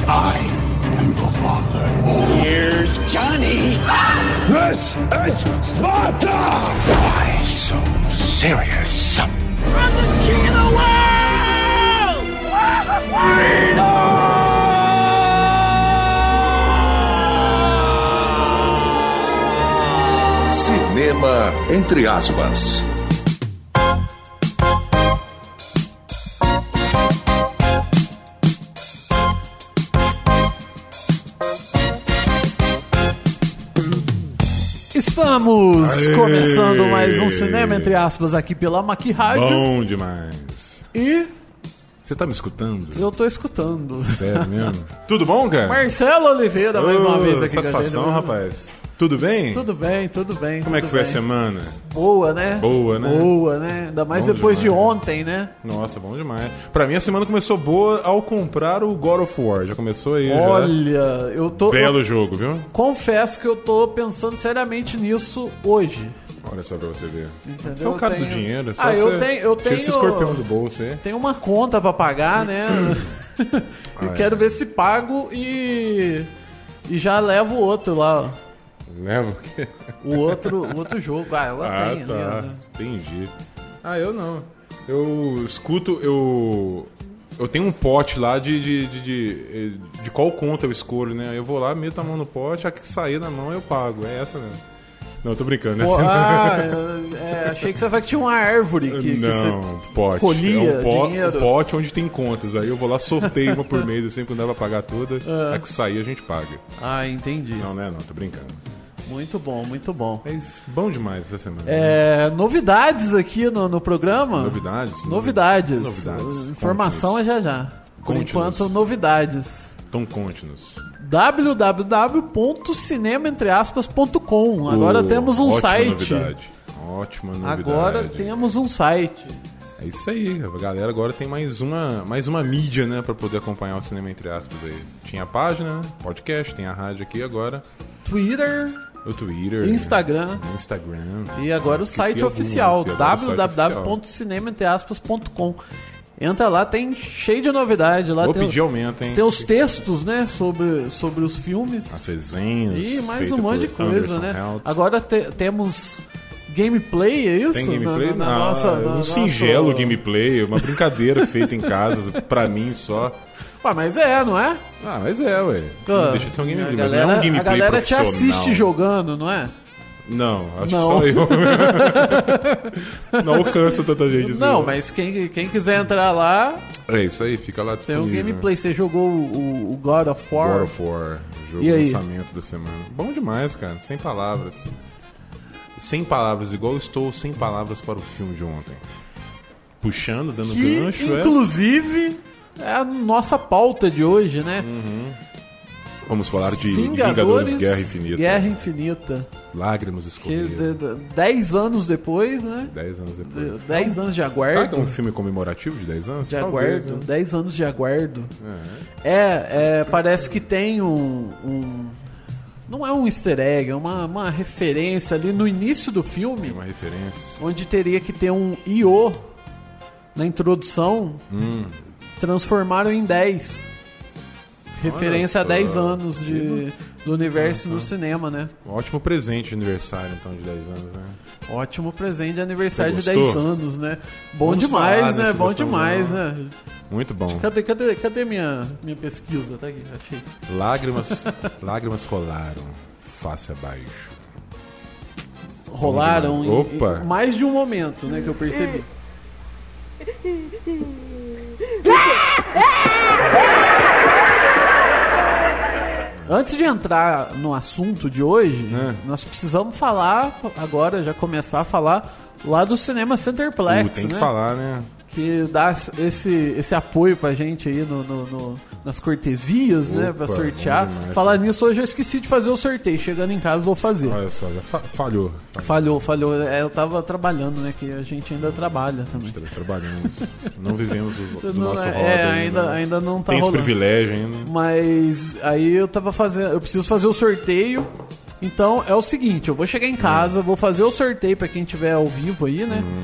I am your father. Here's Johnny. This is Sparta! Why so serious? I'm the king of the world! Cinema entre aspas. Estamos começando mais um Cinema entre aspas aqui pela Maqui Rádio. Bom demais. E você tá me escutando? eu tô escutando. Sério mesmo? Tudo bom, cara? Marcelo Oliveira, mais uma vez aqui. Satisfação, rapaz. Tudo bem? Tudo bem, tudo bem. Como é que foi a semana? Boa, né? Boa, né? Boa, né? Ainda mais Bom depois demais. de ontem, né? Nossa, bom demais. Pra mim a semana começou boa ao comprar o God of War. Já começou aí, Olha, eu tô... Belo jogo, viu? Confesso que eu tô pensando seriamente nisso hoje. Olha só pra você ver. Entendeu? Você é o cara Eu tenho- do dinheiro. Ah, eu tenho... Tira esse escorpião do bolso aí. Tem uma conta pra pagar, né? Eu é. quero ver se pago e já levo o outro lá, ó. Leva o quê? O outro jogo. Ah, ela tem. Tá. Ali, ó. Entendi. Ah, eu não. Eu escuto, eu tenho um pote lá de qual conta eu escolho, né? Eu vou lá, meto a mão no pote, a que sair na mão eu pago. É essa mesmo. Não, eu tô brincando. Pô, Essa achei que você falou que tinha uma árvore que não, você pote. colhia É um dinheiro. pote onde tem contas. Aí eu vou lá, sorteio uma por mês, assim, quando dá pra pagar toda. A que sair a gente paga. Ah, entendi. Não, né? Não, tô brincando. Muito bom, muito bom. Mas bom demais essa semana. Novidades aqui no programa. Novidades? Novidades. Novidades. Informação é já. Por Conte-nos. enquanto, novidades. Então conte-nos. www.cinementreaspas.com. Agora temos um ótima site. Ótima novidade. Agora temos um site. É isso aí, a galera agora tem mais uma mídia, né, pra poder acompanhar o Cinema Entre Aspas aí. Tinha a página, né, podcast, tem a rádio aqui agora, Twitter, o Twitter, Instagram. Instagram. E agora o Esqueci site algumas, oficial, e agora o site www.cinementreaspas.com. Entra lá, tem cheio de novidade. Lá Vou tem, pedir aumento, hein? tem os textos, né, sobre os filmes. As resenhas. E mais feita um monte de por coisa, Anderson né? Helt. Agora temos gameplay, é isso? Tem gameplay? Na nossa, um singelo gameplay, uma brincadeira feita em casa, pra mim só. Ué, mas não é? Ah, mas ué. Não deixa de ser um gameplay, mas não é um gameplay a galera te profissional. assiste jogando, não é? Não, acho Não. que só eu. Não alcança tanta gente assim. Não, mas quem quiser entrar lá, É isso aí, fica lá tem disponível. um gameplay. Você jogou o God of War? God of War, jogo E de aí? lançamento da semana. Bom demais, cara, sem palavras. Sem palavras, igual eu estou sem palavras para o filme de ontem. Puxando, dando Que, gancho, inclusive, é a nossa pauta de hoje, né? Vamos falar de Vingadores Guerra Infinita. Guerra Infinita. Lágrimas Que escorreram. 10 anos depois, né? 10 anos depois. 10 anos de Será que é aguardo. um filme comemorativo de 10 anos? De Talvez, aguardo. né? 10 anos de aguardo. É. Parece que tem não é um easter egg, é uma referência ali no início do filme, Uma referência. onde teria que ter um I.O. na introdução, transformaram em 10. Referência a só. 10 anos do universo no cinema, né? Ótimo presente de aniversário, então, de 10 anos, né? Ótimo presente de aniversário de Você 10 gostou? anos, né? Bom Vamos demais, falar né? desse Bom gostão demais, não. né? Muito bom. Cadê minha pesquisa? Tá aqui, achei. Lágrimas rolaram, face abaixo. Rolaram Opa. em mais de um momento, né? Que eu percebi. Antes de entrar no assunto de hoje, nós precisamos falar agora, já começar a falar lá do Cinema Centerplex, Tem que né? falar, né? Que dá esse apoio pra gente aí nas cortesias, né? Pra Opa, sortear. bom demais, Falar nisso, hoje eu esqueci de fazer o sorteio. Chegando em casa, vou fazer. Olha só, já falhou. Falhou. Eu tava trabalhando, né? Que a gente ainda trabalha também. Trabalhamos. Não vivemos do Não, nosso hobby ainda não tá Tem esse rolando. privilégio ainda. Mas aí eu preciso fazer o sorteio. Então é o seguinte, eu vou chegar em casa, vou fazer o sorteio pra quem tiver ao vivo aí, né?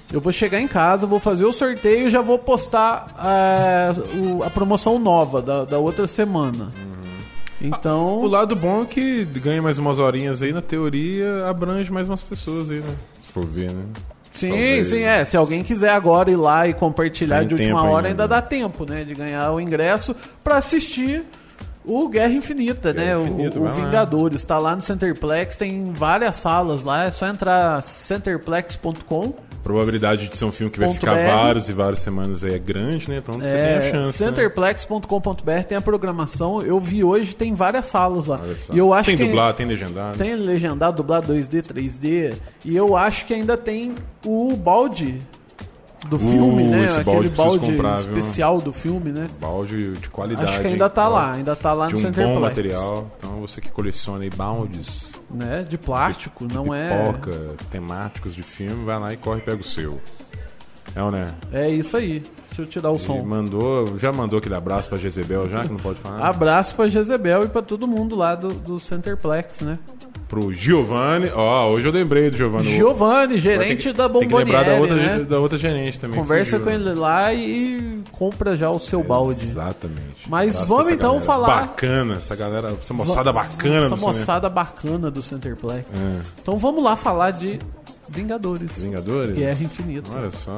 Eu vou chegar em casa, vou fazer o sorteio e já vou postar a promoção nova da outra semana. Então... O lado bom é que ganha mais umas horinhas aí, na teoria, abrange mais umas pessoas aí, né? Se for ver, né? Sim, Talvez. sim, se alguém quiser agora ir lá e compartilhar Tem de última tempo hora, ainda. ainda dá tempo, né? De ganhar o ingresso pra assistir o Guerra Infinita, Guerra né? Infinita, O vai lá. Vingadores. Tá lá no Centerplex, tem várias salas lá, é só entrar centerplex.com. Probabilidade de ser um filme que vai Ponto ficar BR. várias e várias semanas aí é grande, né? Então você tem a chance. Né? Centerplex.com.br tem a programação. Eu vi hoje, tem várias salas lá. Olha só. E eu acho tem que dublado, tem legendado. tem legendado, dublado 2D, 3D. E eu acho que ainda tem o balde do filme, né? esse Aquele balde preciso balde comprar, viu? especial do filme, né? Balde de qualidade. Acho que ainda tá hein? lá, ainda tá lá de no um Centerplex. bom material. Então você que coleciona aí baldes, Né? De plástico, não é. pipoca, temáticos de filme, vai lá e corre e pega o seu. É ou né? É isso aí. Deixa eu tirar o E som. já mandou aquele abraço pra Jezebel, já que não pode falar? Abraço pra Jezebel e pra todo mundo lá do Centerplex, né? Pro Giovanni. Ó, hoje eu lembrei do Giovanni. Giovanni, gerente da Tem que lembrar Bomboniere, né? da outra gerente também. Conversa fugiu, com né? ele lá e compra já o seu balde. Exatamente. Mas Abraço vamos pra essa então galera falar- Bacana, essa galera, essa moçada bacana Essa do moçada bacana do Centerplex. É. Então vamos lá falar de Vingadores. Vingadores? Guerra Infinita. Olha só.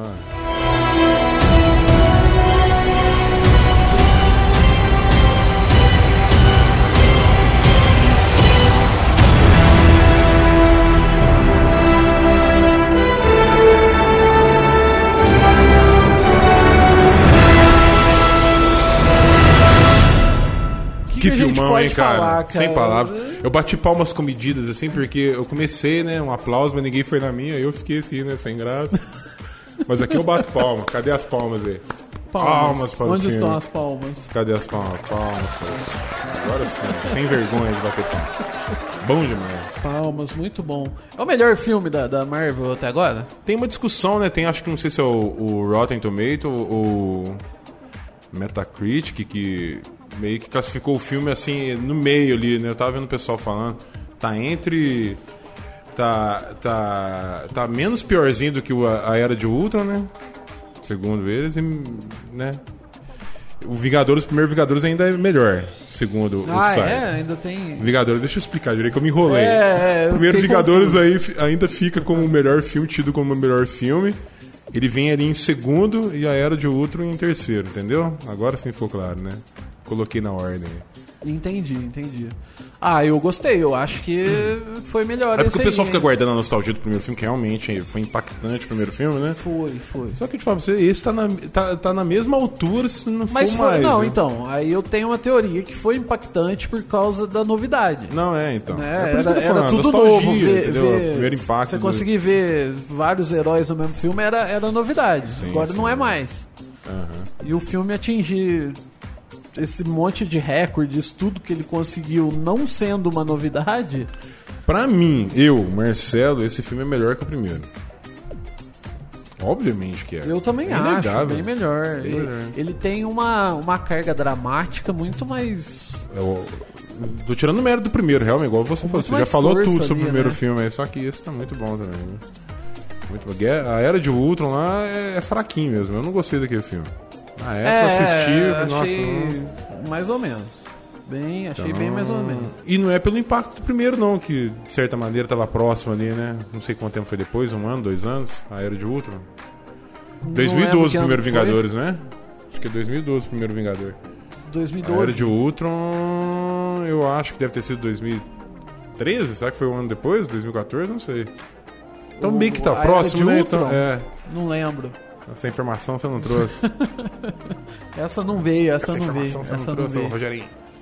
Que a gente filmão, pode hein, cara? falar, Sem palavras. Eu bati palmas comedidas, assim, porque eu comecei, né, um aplauso, mas ninguém foi na minha, aí eu fiquei assim, né, sem graça. Mas aqui eu bato palma. Cadê as palmas aí? Palmas para o Onde filme. estão as palmas? Cadê as palmas? Palmas para o filme. Agora sim, sem vergonha de bater palma. Bom demais. Palmas, muito bom. É o melhor filme da Marvel até agora? Tem uma discussão, né? Tem, acho que não sei se é o Rotten Tomato ou Metacritic, que meio que classificou o filme assim, no meio ali, né? Eu tava vendo o pessoal falando. Tá entre... Tá menos piorzinho do que a Era de Ultron, né? Segundo eles, e, né? O primeiro Vingadores ainda é melhor, segundo o site. Ainda tem... Vingadores, deixa eu explicar direito que eu me enrolei. eu Primeiro fiquei Vingadores confuso. aí ainda fica como o melhor filme, tido como o melhor filme. Ele vem ali em segundo e a Era de Ultron em terceiro, entendeu? Agora sim ficou claro, né? Coloquei na ordem. Entendi. Eu gostei, eu acho que foi melhor É porque esse o pessoal aí, fica hein? guardando a nostalgia do primeiro filme, que realmente foi impactante o primeiro filme, né? Foi. Só que eu te falo pra você, esse tá na mesma altura, se não Mas for mais. não, né? então, aí eu tenho uma teoria que foi impactante por causa da novidade. Não, então. Né? É por isso que eu tô Era falando, tudo nostalgia, novo, entendeu? O primeiro impacto. Você conseguir ver vários heróis no mesmo filme era novidade. Agora não é mais. E o filme atingir esse monte de recordes, tudo que ele conseguiu não sendo uma novidade. Pra mim, Marcelo, esse filme é melhor que o primeiro. Obviamente que é. Eu também É acho, inegável. bem melhor. Bem melhor. Ele tem uma carga dramática muito mais... Eu tô tirando o mérito do primeiro, realmente, igual você falou. Você já mais falou força tudo sobre ali, o primeiro né? filme aí, só que esse tá muito bom também. Né? Muito bom. A Era de Ultron lá é fraquinho mesmo. Eu não gostei daquele filme. Na época assisti, nossa. achei mais ou menos. Achei bem mais ou menos. E não é pelo impacto do primeiro, não, que de certa maneira tava próximo ali, né? Não sei quanto tempo foi depois, 1 ano, 2 anos, a Era de Ultron. 2012 o primeiro Vingadores, né? Acho que é 2012 o primeiro Vingador. 2012. A Era de Ultron, eu acho que deve ter sido 2013, será que foi um ano depois? 2014? Não sei. Então meio que tá A Era próximo, de né? Ultron? Então, Não lembro. essa informação você não trouxe. Essa não veio, essa não veio. informação você Essa não não trouxe, veio. Rogerinho.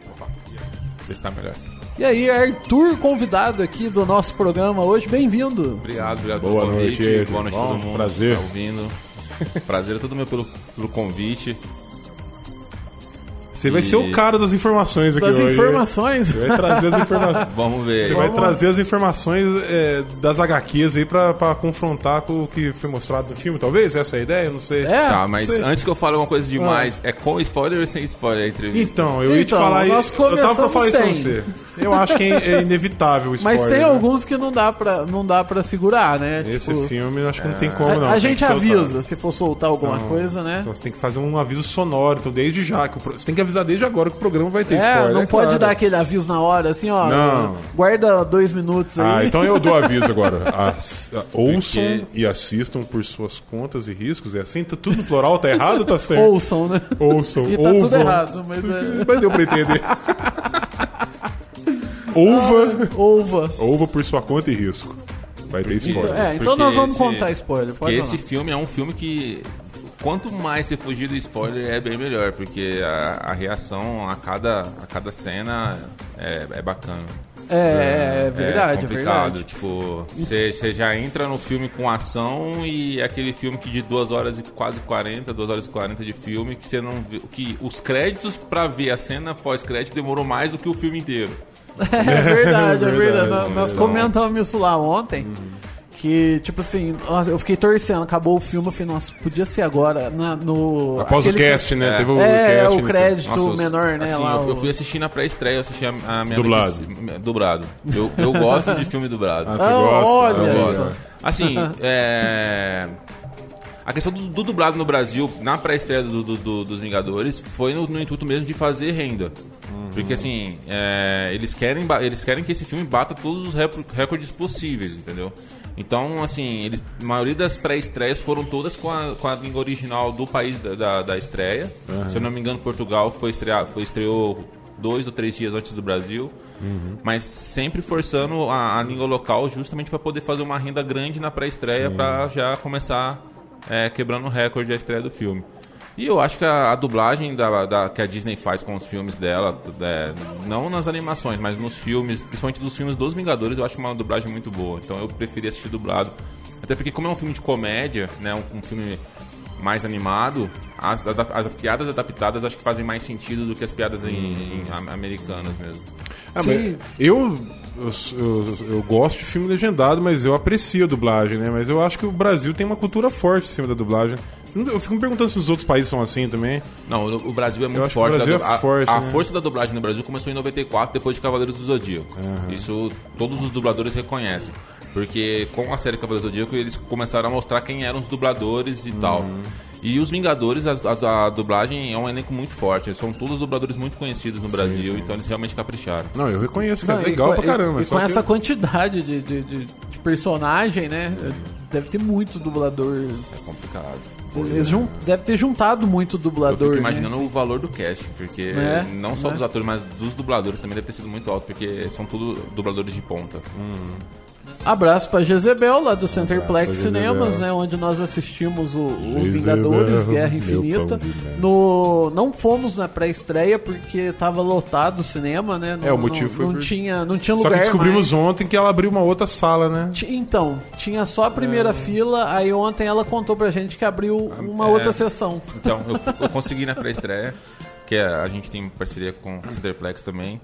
Vê se tá melhor. E aí, Arthur, convidado aqui do nosso programa hoje, bem-vindo. Obrigado Boa pelo convite. noite, Boa noite a bom, todo mundo prazer. que tá ouvindo. Prazer é todo meu pelo convite. Você vai ser o cara das informações aqui Das hoje. informações? Você vai trazer as informações. Vamos ver. Você vai trazer as informações das HQs aí pra confrontar com o que foi mostrado no filme, talvez? Essa é a ideia? Eu não sei. Tá, mas sei. antes que eu fale uma coisa demais, é com spoiler ou sem spoiler a entrevista? Então, eu ia te falar nós isso. Eu tava pra falar isso pra sem. você. Eu acho que é inevitável o spoiler. Mas tem né? alguns que não dá pra segurar, né? Esse Tipo, filme eu acho que não tem como, não. a Tem gente que soltar. avisa se for soltar alguma coisa, né? Então você tem que fazer um aviso sonoro, então desde já. Você tem que avisar desde agora que o programa vai ter spoiler. Não pode claro. dar aquele aviso na hora, assim, ó. Não. Guarda 2 minutos aí. Então eu dou aviso agora. Ouçam e assistam por suas contas e riscos. É assim? Tá tudo no plural? Tá errado ou tá certo? Ouçam, né? Ouçam. E tá ouvam. tudo errado, mas Mas deu pra entender. Ouva por sua conta e risco. Vai ter spoiler. Então nós vamos esse- contar spoiler. Pode Porque falar. esse filme é um filme que, quanto mais você fugir do spoiler, é bem melhor, porque a reação a cada cena é bacana. É verdade, é complicado. verdade. Tipo, você já entra no filme com ação e é aquele filme que de 2 horas e quase 40, 2 horas e 40 de filme, que você não vê. Que os créditos pra ver a cena pós-crédito demorou mais do que o filme inteiro. É verdade, é verdade. Nós verdade. comentamos isso lá ontem. Que, tipo assim, nossa, eu fiquei torcendo, acabou o filme, eu falei, nossa, podia ser agora. Após o cast, né? Teve o cast. o crédito Nossa, menor, né? assim, lá, eu fui assistir na pré-estreia, eu assisti a minha Dublado. dublado. Eu gosto de filme dublado. Você gosta? olha Eu isso. gosto. Assim, a questão do dublado no Brasil, na pré-estreia dos Vingadores, foi no intuito mesmo de fazer renda. Porque assim, eles querem que esse filme bata todos os recordes possíveis, entendeu? Então, assim, a maioria das pré-estreias foram todas com a língua original do país da estreia. Se eu não me engano, Portugal estreou 2 ou 3 dias antes do Brasil. Mas sempre forçando a língua local justamente para poder fazer uma renda grande na pré-estreia, para já começar quebrando o recorde da estreia do filme. E eu acho que a dublagem que a Disney faz com os filmes dela, não nas animações, mas nos filmes, principalmente dos filmes dos Vingadores, eu acho uma dublagem muito boa. Então eu preferi assistir dublado. Até porque como é um filme de comédia, né, um filme mais animado, as piadas adaptadas acho que fazem mais sentido do que as piadas em americanas mesmo. Sim. Eu gosto de filme legendado, mas eu aprecio a dublagem, né? Mas eu acho que o Brasil tem uma cultura forte em cima da dublagem. Eu fico me perguntando se os outros países são assim também. Não, o Brasil é Eu muito acho forte. que o Brasil é forte, a né? força da dublagem no Brasil começou em 94, depois de Cavaleiros do Zodíaco. Isso todos os dubladores reconhecem. Porque com a série Cavaleiros do Zodíaco, eles começaram a mostrar quem eram os dubladores e tal. E os Vingadores, a dublagem é um elenco muito forte. São todos dubladores muito conhecidos no Brasil, então eles realmente capricharam. Não, eu reconheço que Não, é legal pra caramba. E só com que- essa quantidade de personagem, né? Deve ter muito dublador. É complicado. Eles deve ter juntado muito Eu dublador. fico imaginando né? o valor do casting, porque não só dos atores, mas dos dubladores também deve ter sido muito alto, porque são tudo dubladores de ponta. Abraço pra Jezebel, lá do Centerplex pra Cinemas, Jezebel. né? Onde nós assistimos o Jezebel, Vingadores, Guerra meu Infinita. pão de mel. Não fomos na pré-estreia porque tava lotado o cinema, né? o motivo foi não por- tinha lugar Só que descobrimos mais. ontem que ela abriu uma outra sala, né? Então, tinha só a primeira fila, aí ontem ela contou pra gente que abriu uma outra sessão. Então, eu consegui ir na pré-estreia, que a gente tem parceria com o Cineplex também.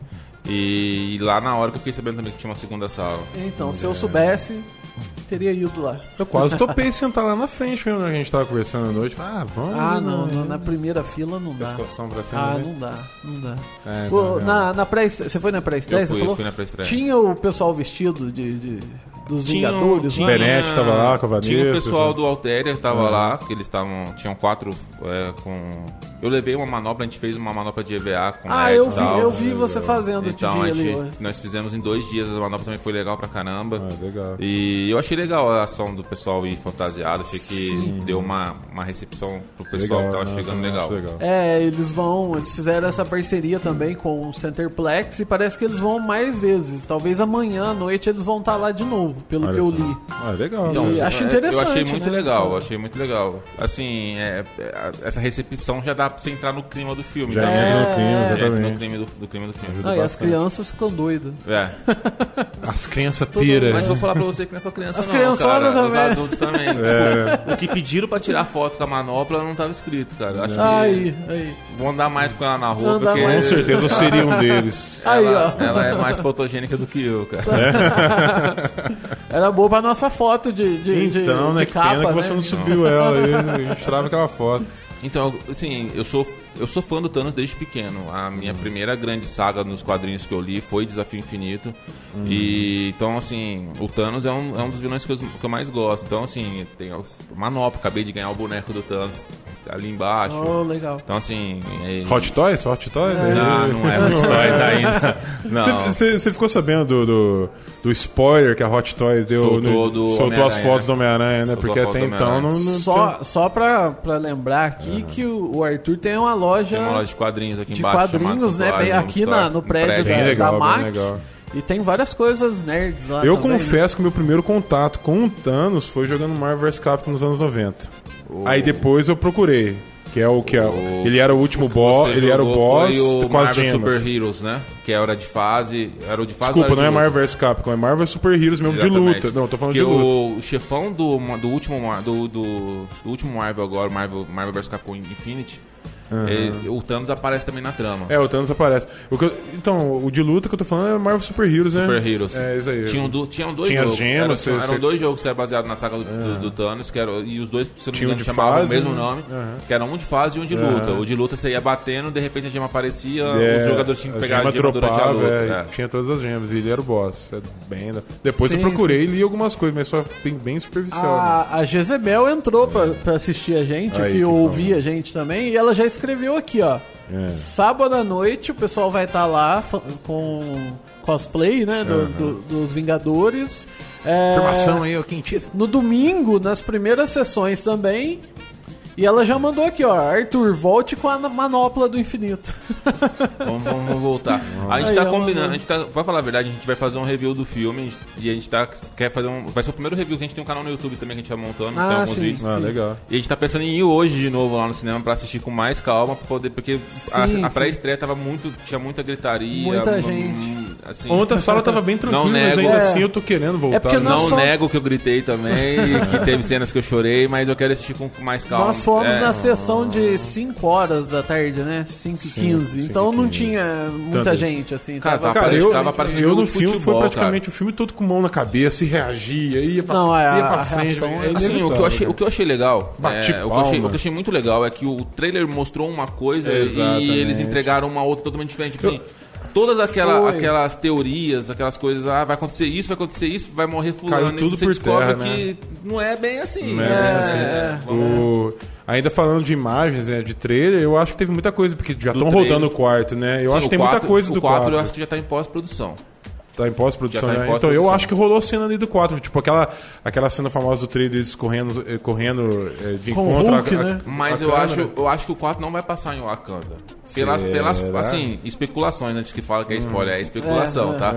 E lá na hora que eu fiquei sabendo também que tinha uma segunda sala. Então, se eu soubesse, teria ido lá. Eu quase topei sentar lá na frente mesmo, né? A gente tava conversando à noite. Vamos. Ah, não, na primeira fila não dá. Pescoção pra cima, Ah, né? não dá, não dá. É, Pô, não. na pré você foi na pré-estreia? Eu fui, Você falou? fui na pré-estreia. Tinha o pessoal vestido dos Vingadores, tinha. né? Benete tava lá com a Vanessa, Tinha o pessoal assim. do Alteria tava lá, que eles tinham 4 com... Eu levei uma manopla, a gente fez uma manopla de EVA com Ah, LED eu e tal. vi, eu vi você fazendo Então, outro a dia gente, ali. nós fizemos em 2 dias, a manopla também foi legal pra caramba. Ah, legal. E eu achei legal a ação do pessoal ir fantasiado, achei que deu uma recepção pro pessoal que tava chegando também legal. acho legal. Eles fizeram essa parceria também com o Centerplex e parece que eles vão mais vezes. Talvez amanhã à noite eles vão estar lá de novo. pelo Olha que eu só. li. Legal. Então, E acho interessante, Eu achei muito né? legal, achei muito legal. Assim, essa recepção já dá pra você entrar no clima do filme. Já então, entra no clima, já entra no exatamente. clima do filme. E as bastante. crianças ficam doidas. As crianças pira. Mas vou falar pra você que não é só criança As não, criançadas cara. também. Os adultos também. Tipo, o que pediram pra tirar foto com a manopla não tava escrito, cara. Eu acho que Aí. vão andar mais com ela na rua, Andar porque mais. Com certeza eu seria um deles. Aí, ela, ó. ela é mais fotogênica do que eu, cara. Era boa pra nossa foto de Então, né? de Que capa, pena que né? você não subiu ela aí, né? A gente tirava aquela foto. Então, assim, eu sou fã do Thanos desde pequeno. A minha primeira grande saga nos quadrinhos que eu li foi Desafio Infinito. E então, assim, o Thanos é um dos vilões que eu mais gosto. Então, assim, tem o Manopla, acabei de ganhar o boneco do Thanos ali embaixo. Oh, legal. Então, assim. Hot Toys? Hot Toys? Não é Hot Toys ainda. Não. Você ficou sabendo do spoiler que a Hot Toys deu? Soltou as fotos do Homem-Aranha, né? Soltou Porque a foto até do então Homem-Aranha. não Só pra lembrar aqui que o Arthur tem uma loja Tem uma loja de quadrinhos aqui de embaixo. quadrinhos, né? chamada Bem Santuário, aqui no prédio Bem da legal, bem MAC. legal. E tem várias coisas nerds lá Eu também, né? confesso que o meu primeiro contato com o Thanos foi jogando Marvel vs Capcom nos anos 90. Aí depois eu procurei. Que é o que ele era o último boss, Você ele era o jogou boss foi o com as Marvel gemas. Super Heroes, né? Que era de fase. Era o de fase. Desculpa, ou não era é de Marvel luta? vs Capcom, é Marvel Super Heroes mesmo Exatamente. de luta. Não, tô falando Porque de luta. o chefão do último Marvel agora, Marvel vs Capcom Infinity, o Thanos aparece também na trama. É, o Thanos aparece. Então, o de luta que eu tô falando é Marvel Super Heroes, né? Super Heroes. É, isso aí. Tinham dois Tinha as jogos. gemas, Eram dois jogos que eram baseados na saga do Thanos, e os dois, se eu não me Tinha um engano, de chamavam fase, o mesmo né? nome, que era um de fase e um de luta. O de luta você ia batendo, de repente a gema aparecia, os jogadores tinham que pegar a gema durante a luta. Tinha todas as gemas, e ele era o boss. Depois Sim, eu procurei e li algumas coisas, mas só bem superficial. né? A Jezebel entrou pra assistir a gente, Aí, que que ouvia a gente também, e ela já escreveu aqui, ó. É. Sábado à noite o pessoal vai estar lá com cosplay, né, dos Vingadores. Informação aí, ó, quentinha. No domingo, nas primeiras sessões também. E ela já mandou aqui, ó, Arthur, volte com a manopla do infinito. Vamos voltar. A gente Aí, tá ó, combinando, pra falar a verdade, a gente vai fazer um review do filme e a gente quer fazer vai ser o primeiro review que a gente tem um canal no YouTube também que a gente tá montando, tem alguns sim, vídeos. Ah, legal. E a gente tá pensando em ir hoje de novo lá no cinema pra assistir com mais calma, pra poder, porque Sim, a pré-estreia tinha muita gritaria. Muita gente. Assim, Ontem a sala tava bem tranquila, mas nego. ainda assim eu tô querendo voltar. porque né? nós não fomos- nego que eu gritei também, que teve cenas que eu chorei, mas eu quero assistir com mais calma. Nós fomos É. na sessão de 5 horas da tarde, né? 5h15. Então não tinha muita Tanto. gente, assim. Cara, tava... Cara, tava aparecendo eu jogo no de filme foi futebol, praticamente o filme todo com mão na cabeça e reagia, ia pra, Não, ia a pra frente. reação é- Assim, inevitável, o que eu achei legal, Bate o que eu palma. achei muito legal é que o trailer mostrou uma coisa Exatamente. e eles entregaram uma outra totalmente diferente. Tipo assim, todas aquelas teorias, aquelas coisas, vai acontecer isso, vai morrer fulano, Caiu tudo e você por descobre terra, que não é bem assim. Não é bem assim. Ainda falando de imagens, né, de trailer, eu acho que teve muita coisa, porque já estão trailer. rodando o quarto, né? Eu Sim, acho que tem o muita 4, coisa do o 4 4. eu acho que já tá em pós-produção. Tá em pós-produção, Já tá em né? pós-produção. Então eu acho que rolou cena ali do 4. Tipo, aquela cena famosa do trailer, eles correndo de Com o encontro Hulk, né? Mas a eu câmera. acho que o 4 não vai passar em Wakanda. Pelas Será? assim, especulações, antes que fala que é spoiler, é especulação, tá?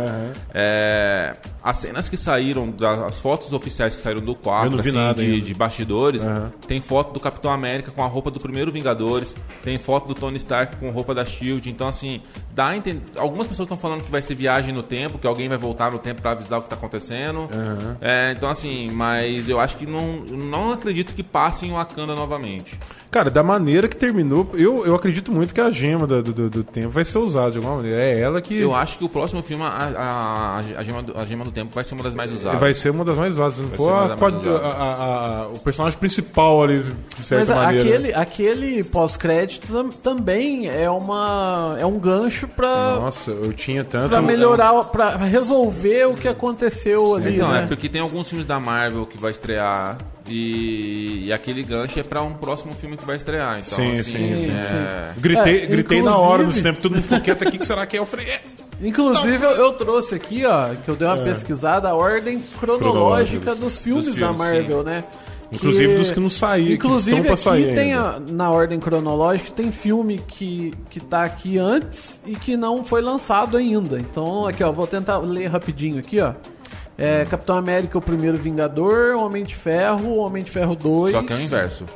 As cenas que saíram, as fotos oficiais que saíram do Eu 4, não vi assim, nada ainda. de bastidores, tem foto do Capitão América com a roupa do primeiro Vingadores, tem foto do Tony Stark com roupa da SHIELD, então assim, dá a entender. Algumas pessoas estão falando que vai ser viagem no tempo, que alguém vai voltar no tempo pra avisar o que tá acontecendo. Então assim, mas eu acho que não acredito que passe em Wakanda novamente. Cara, da maneira que terminou, eu acredito muito que a gema do tempo vai ser usada de alguma maneira. É ela que Eu acho que o próximo filme, a Gema do Tempo, vai ser uma das mais usadas. vai ser uma das mais usadas. Se não Vai for ser uma das mais o personagem principal ali, de certa Mas maneira. aquele pós-crédito também é um gancho pra Nossa, eu tinha tanto... melhorar, pra resolver o que aconteceu ali, Então, né? é porque tem alguns filmes da Marvel que vai estrear e aquele gancho é pra um próximo filme que vai estrear. Então, Sim, assim, sim. É, Gritei na hora no inclusive- cinema, todo mundo ficou quieto aqui, que será que é? Eu falei, Inclusive, eu trouxe aqui, ó, que eu dei uma pesquisada, a ordem cronológica dos filmes da Marvel, né? Inclusive dos que não saíram, que Inclusive, estão pra aqui sair tem ainda. na ordem cronológica, tem filme que tá aqui antes e que não foi lançado ainda. Então, aqui, ó, vou tentar ler rapidinho aqui, ó. Capitão América, o primeiro Vingador, Homem de Ferro, Homem de Ferro 2. Só que é o inverso.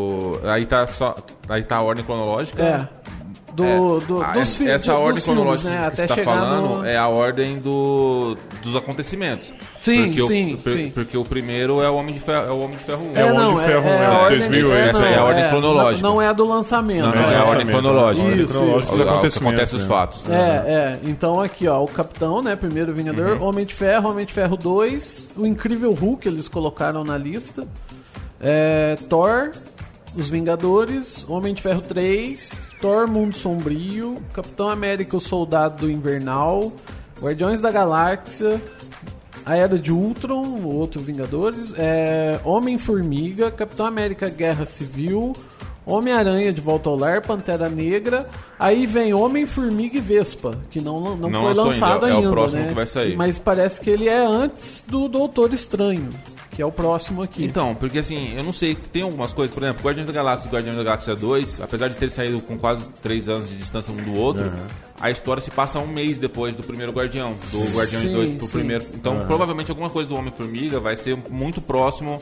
Aí tá a ordem cronológica. Dos filmes. Essa ordem cronológica né? que Até você está falando no... é a ordem dos acontecimentos. Sim, porque o primeiro é o Homem de Ferro, 1. O Homem de Ferro 1, a 2008. Essa é a ordem cronológica. Não é a do lançamento. Não, é a ordem cronológica. Isso. Acontece os fatos. Então aqui, ó, o Capitão, né? Primeiro Vingador, Homem de Ferro 2, o Incrível Hulk, eles colocaram na lista. Thor, Os Vingadores, Homem de Ferro 3, Thor Mundo Sombrio, Capitão América, o Soldado Invernal, Guardiões da Galáxia, A Era de Ultron, o outro Vingadores, Homem-Formiga, Capitão América Guerra Civil, Homem-Aranha de Volta ao Lar, Pantera Negra, aí vem Homem-Formiga e Vespa, que não foi lançado ainda, é o próximo, né? que vai sair. Mas parece que ele é antes do Doutor Estranho, que é o próximo aqui. Então, porque assim, eu não sei, tem algumas coisas, por exemplo, Guardiões da Galáxia e Guardiões da Galáxia 2, apesar de ter saído com quase 3 anos de distância um do outro, a história se passa 1 mês depois do primeiro Guardião, do Guardiões 2 pro primeiro. Então, provavelmente alguma coisa do Homem-Formiga vai ser muito próximo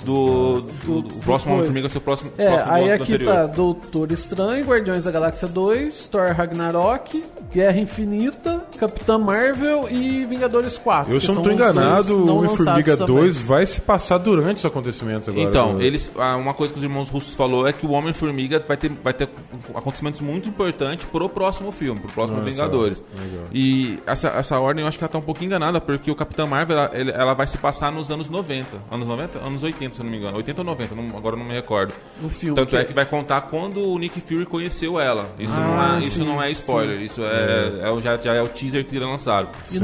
do próximo Homem-Formiga, seu próximo aí do aqui anterior. tá Doutor Estranho, Guardiões da Galáxia 2, Thor Ragnarok, Guerra Infinita, Capitã Marvel e Vingadores 4. Eu, se eu não tô enganado, o Homem-Formiga 2 vai se passar durante os acontecimentos agora. Então, uma coisa que os irmãos russos falou é que o Homem-Formiga vai ter acontecimentos muito importantes pro próximo filme, pro próximo Vingadores. E essa ordem eu acho que ela tá um pouquinho enganada, porque o Capitão Marvel ela vai se passar nos anos 90. Anos 90? Anos 80, se eu não me engano. 80 ou 90, agora eu não me recordo. O filme Tanto é que vai contar quando o Nick Fury conheceu ela. Isso não é spoiler, isso já é o teaser que eles lançaram. E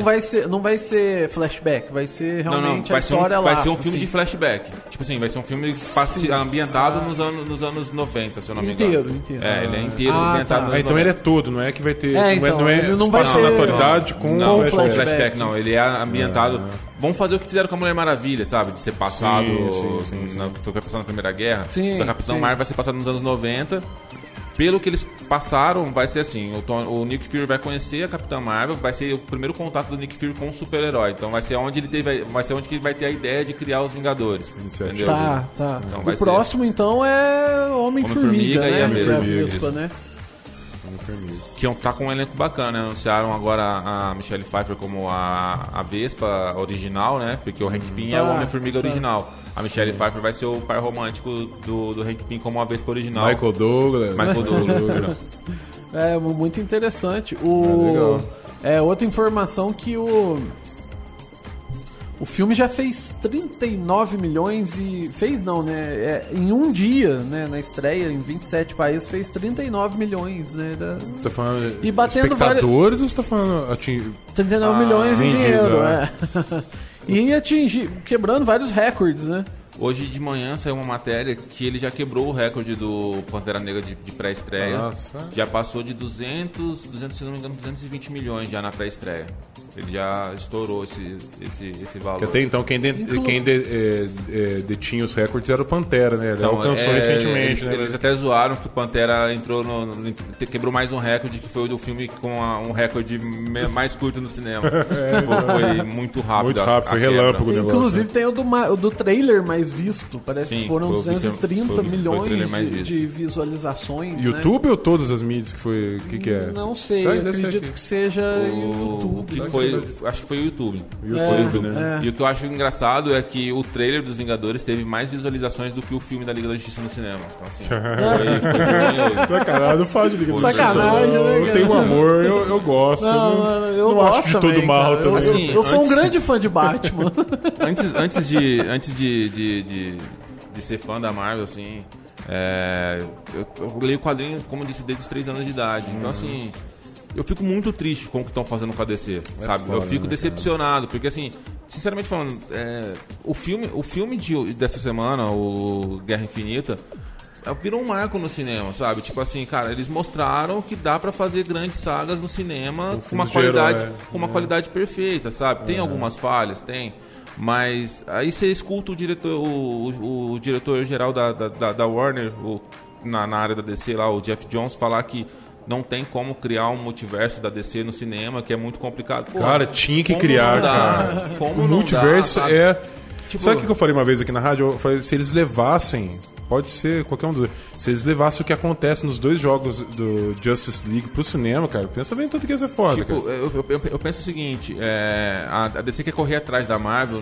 não vai ser flashback, vai ser realmente a história lá. Vai ser um filme de flashback. Tipo assim, vai ser um filme ambientado nos anos 90, se eu não me engano. Inteiro. Ele é inteiro ambientado nos 90. Então ele é todo, não é que vai ter... ele não vai ser... na atualidade com flashback. Não, ele é ambientado... Vamos fazer o que fizeram com a Mulher Maravilha, sabe? De ser passado... que foi passado na Primeira Guerra. Sim, o Capitão Marvel vai ser passado nos anos 90. Pelo que eles passaram, vai ser assim: o Nick Fury vai conhecer a Capitã Marvel, vai ser o primeiro contato do Nick Fury com o super-herói. Então vai ser onde ele vai ter a ideia de criar os Vingadores. Entendeu? Tá. Então, o próximo, então, é Homem-Formiga, né? E a Vespa, né? Que tá com um elenco bacana, né? Anunciaram agora a Michelle Pfeiffer como a Vespa original, né? Porque o Hank Pym é o Homem-Formiga original. A Michelle Pfeiffer vai ser o par romântico do Hank Pym como a Vespa original. Michael Douglas. Muito interessante. Outra informação que o filme já fez 39 milhões e... Fez não, né? Em um dia, né? Na estreia, em 27 países, fez 39 milhões, né? Você tá falando e batendo espectadores ou você tá falando... 39 milhões em dinheiro, E quebrando vários recordes, né? Hoje de manhã saiu uma matéria que ele já quebrou o recorde do Pantera Negra de pré-estreia. Nossa. Já passou de 200, se não me engano, 220 milhões já na pré-estreia. Ele já estourou esse valor. Que até então quem detinha os recordes era o Pantera, né? Ele alcançou recentemente, né? Eles até zoaram que o Pantera quebrou mais um recorde, que foi o do filme com um recorde mais curto no cinema. Foi muito rápido. Muito rápido, foi relâmpago o negócio. Inclusive tem o do trailer mais visto. Parece que foram 230 milhões de visualizações. YouTube, né? Ou todas as mídias que foi? O que é? Não sei, acredito que seja o YouTube. Acho que foi o YouTube. Né? E o que eu acho engraçado é que o trailer dos Vingadores teve mais visualizações do que o filme da Liga da Justiça no cinema. Então, assim, foi Sacanagem, não falo de Liga da Justiça. Sacanagem, né? Eu tenho amor, eu gosto. Eu não gosto acho de todo mal também. Assim, eu sou um grande fã de Batman. Antes de ser fã da Marvel, assim, eu leio quadrinhos, como eu disse, desde os 3 anos de idade. Então, assim, eu fico muito triste com o que estão fazendo com a DC, sabe? Foda, eu fico decepcionado, porque, assim, sinceramente falando, o filme dessa semana, o Guerra Infinita, virou um marco no cinema, sabe? Tipo assim, cara, eles mostraram que dá pra fazer grandes sagas no cinema com uma qualidade perfeita, sabe? Tem algumas falhas, tem... Mas aí você escuta o diretor-geral da Warner, na área da DC lá, o Jeff Jones, falar que não tem como criar um multiverso da DC no cinema, que é muito complicado. Pô, cara, tinha que como criar, não dá? cara. Como O não multiverso dá, sabe? é... Tipo- Sabe o que eu falei uma vez aqui na rádio? Eu falei, se eles levassem... Pode ser qualquer um dos dois. Se eles levassem o que acontece nos 2 jogos do Justice League pro cinema, cara, pensa bem tudo que ia ser foda, Tipo, cara. eu penso o seguinte, a DC quer correr atrás da Marvel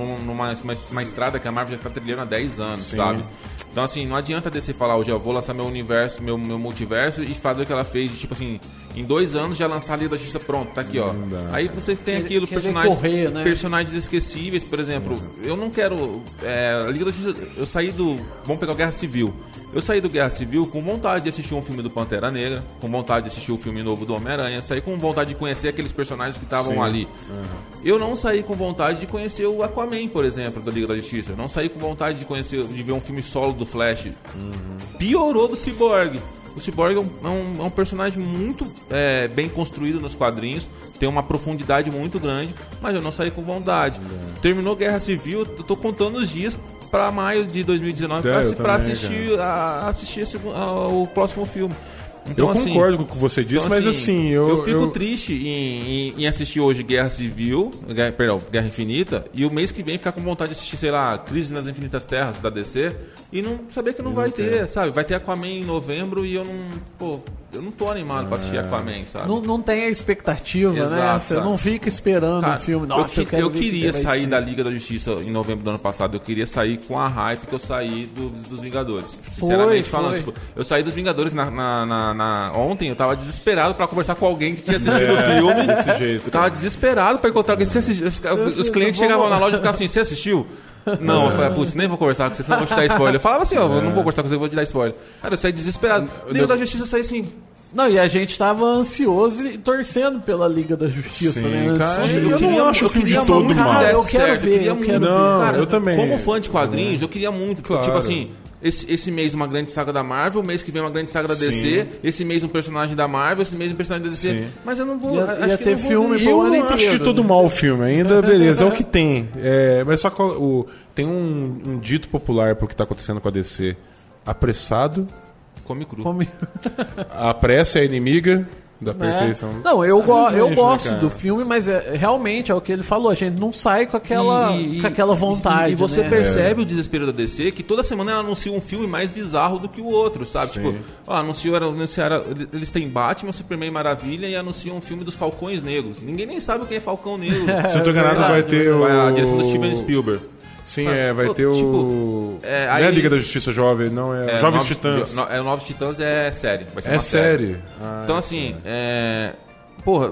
numa estrada que a Marvel já tá trilhando há 10 anos, Sim. sabe? Então, assim, não adianta a DC falar hoje, eu vou lançar meu universo, meu multiverso e fazer o que ela fez, de, tipo assim, em 2 anos já lançar a Liga da Justiça pronto, tá aqui, ó. dá. Aí você tem aquilo, Quer correr, né? personagens esquecíveis, por exemplo. Eu não quero... a Liga da Justiça, eu saí do... Vamos pegar o Guerra Civil. Eu saí do Guerra Civil com vontade de assistir um filme do Pantera Negra, com vontade de assistir o filme novo do Homem-Aranha, saí com vontade de conhecer aqueles personagens que estavam ali. Eu não saí com vontade de conhecer o Aquaman, por exemplo, da Liga da Justiça. Eu não saí com vontade de ver um filme solo do Flash. Piorou do Cyborg. O Cyborg é um personagem muito bem construído nos quadrinhos, tem uma profundidade muito grande, mas eu não saí com vontade. Terminou Guerra Civil, eu tô contando os dias para maio de 2019 para assistir o próximo filme. Então, eu concordo com o que você disse, mas assim... Eu fico triste em assistir hoje Guerra Civil, Guerra Infinita, e o mês que vem ficar com vontade de assistir, sei lá, Crise nas Infinitas Terras da DC, e não saber que não vai ter, sabe? Vai ter Aquaman em novembro e eu não tô animado pra assistir Aquaman, sabe? Não tem a expectativa, né? Exato, Você sabe? não fica esperando Cara, o filme. Nossa, eu queria sair da Liga da Justiça em novembro do ano passado. Eu queria sair com a hype que eu saí dos Vingadores. Sinceramente falando, tipo, eu saí dos Vingadores ontem, eu tava desesperado pra conversar com alguém que tinha assistido o filme. Desse jeito. Eu tava desesperado pra encontrar alguém. Os clientes chegavam na loja e ficavam assim: você assistiu? Não, eu falei, putz, nem vou conversar com você, senão eu vou te dar spoiler. Eu falava assim, ó, eu não vou conversar com você, eu vou te dar spoiler. Cara, eu saí desesperado. Liga da Justiça, eu saí assim. Não, e a gente tava ansioso e torcendo pela Liga da Justiça, Sim, né? cara, Eu não acho o filme de todo muito, mal. cara, eu Desse quero certo, ver, queria eu quero muito. Não, ver. Cara, eu também. Como fã de quadrinhos, eu queria muito. Claro. Tipo assim, esse mês uma grande saga da Marvel, mês que vem uma grande saga da DC, esse mês um personagem da Marvel, esse mês um personagem da DC. Sim. Mas eu não vou. Ia que ter eu não vou filme ver. pro Eu ano não acho inteiro, de todo né? mal o filme, ainda beleza, é o que tem. Mas só que tem um dito popular pro que tá acontecendo com a DC. Apressado, Come cru. a pressa é a inimiga da perfeição. Não, eu Infelizmente, gosto né, cara? do filme, mas realmente é o que ele falou, a gente não sai com aquela vontade. E você né? percebe o desespero da DC, que toda semana ela anuncia um filme mais bizarro do que o outro, sabe? Sim. Tipo, anunciaram, eles têm Batman, Superman e Maravilha e anunciam um filme dos Falcões Negros. Ninguém nem sabe o que é Falcão Negro. Se eu tô enganado, vai ter A direção do Steven Spielberg. Sim, vai ter tipo, não é a aí- Liga da Justiça Jovem, não é Jovens Novos- Titãs. Novos Titãs é série. Vai ser É uma série. Então, assim, porra,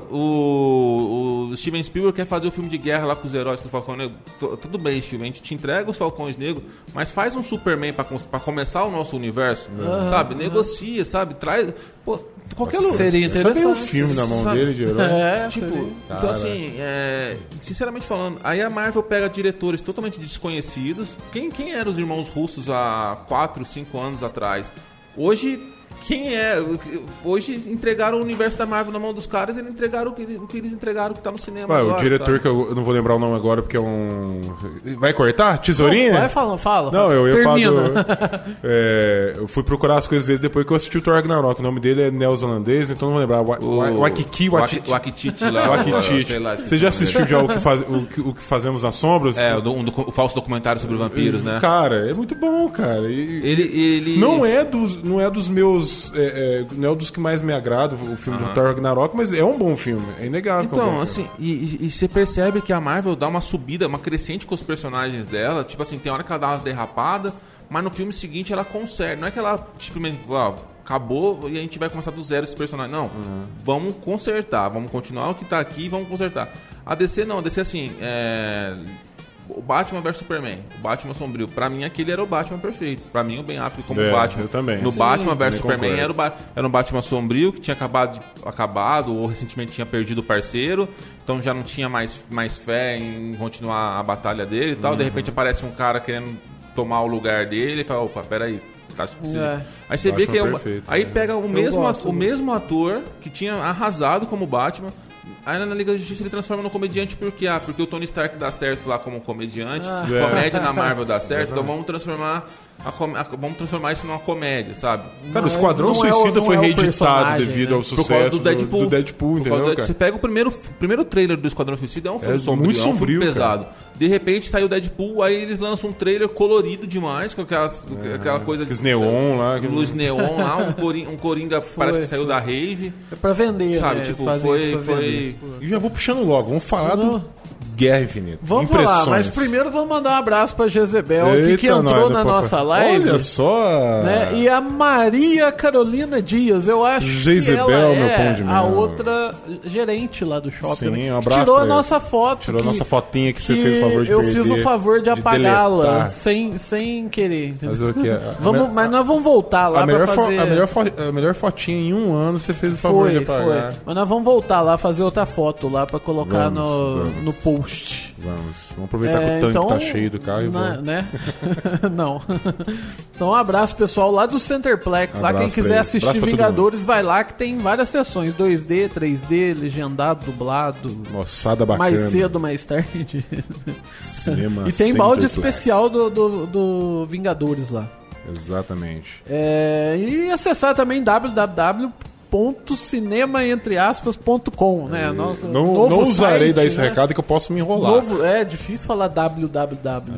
o Steven Spielberg quer fazer o filme de guerra lá com os heróis, com o Falcão Negro. Tudo bem, Steven, a gente te entrega os Falcões Negros, mas faz um Superman pra começar o nosso universo, sabe? Negocia, sabe? Traz... Pô, qualquer lugar. Seria Só tem um interessante. filme na mão Sabe? dele de herói. Tipo, então assim, sinceramente falando, aí a Marvel pega diretores totalmente desconhecidos. Quem eram os irmãos russos há 4, 5 anos atrás? Hoje, quem é? Hoje entregaram o universo da Marvel na mão dos caras e eles entregaram o que eles entregaram, que tá no cinema Ué, agora, o diretor, sabe? que eu não vou lembrar o nome agora porque é um... Vai cortar? Tesourinha? Vai, fala. Não, eu Termina. eu fui procurar as coisas dele depois que eu assisti o Thor Ragnarok. O nome dele é neozelandês, então não vou lembrar. Wakititi. Wakititi lá. Wakititi. sei lá, Você já assistiu já o que Fazemos nas Sombras? o falso documentário sobre vampiros, né? Cara, é muito bom, cara. Ele... Não é dos meus... não é dos que mais me agrada o filme do Thor Ragnarok, mas é um bom filme. É inegável. que é um bom Então, filme. assim, e você percebe que a Marvel dá uma subida, uma crescente com os personagens dela. Tipo assim, tem hora que ela dá uma derrapada, mas no filme seguinte ela conserta. Não é que ela simplesmente, acabou e a gente vai começar do zero esse personagem. Não, vamos consertar, vamos continuar o que tá aqui e vamos consertar. A DC não, a DC assim, o Batman vs Superman, o Batman sombrio. Pra mim, aquele era o Batman perfeito. Pra mim, o Ben Affleck como Batman. Eu também. No Sim, Batman vs também Superman concordo. era um Batman sombrio que tinha acabado ou recentemente tinha perdido o parceiro. Então já não tinha mais fé em continuar a batalha dele e tal. De repente aparece um cara querendo tomar o lugar dele e fala, opa, peraí. Aí você vê que perfeito, aí né? pega o mesmo ator que tinha arrasado como Batman. Aí na Liga da Justiça ele transforma no comediante porque o Tony Stark dá certo lá como comediante, comédia na Marvel dá certo, então vamos transformar isso numa comédia, sabe? Cara, o Esquadrão Suicida foi reeditado devido ao sucesso do Deadpool, entendeu, cara? Você pega o primeiro trailer do Esquadrão Suicida, é um filme sombrio, muito sombrio, é um filme pesado. De repente saiu o Deadpool, aí eles lançam um trailer colorido demais, com aquela coisa de neon lá, luz neon lá, um Coringa parece que saiu da rave. É pra vender, sabe? Né? Tipo, E já vou puxando logo, vamos falar do Guerra Infinita. Vamos lá, mas primeiro vamos mandar um abraço pra Jezebel, que entrou na nossa live. Olha só! Né? E a Maria Carolina Dias, eu acho Jezebel, que ela meu pão de é a mel. outra gerente lá do shopping. Sim, né? um abraço tirou a pra nossa foto. Tirou a nossa fotinha que você fez o favor de eu perder. fiz o favor de apagá-la deletar. sem querer. Fazer o quê? Mas nós vamos voltar lá pra fazer... A melhor fotinha em um ano você fez o favor de apagar. Mas nós vamos voltar lá, fazer outra foto lá pra colocar no post. Vamos aproveitar que o tanque então, tá cheio do carro e vamos. Né? Não. Então um abraço, pessoal, lá do Centerplex. Lá quem quiser assistir Vingadores, vai lá que tem várias sessões. 2D, 3D, legendado, dublado. Moçada bacana. Mais cedo, mais tarde. Cinema e tem balde especial do Vingadores lá. Exatamente. E acessar também www.cinemaentreaspas.com, né? Não usarei daí esse recado que eu posso me enrolar. É difícil falar www.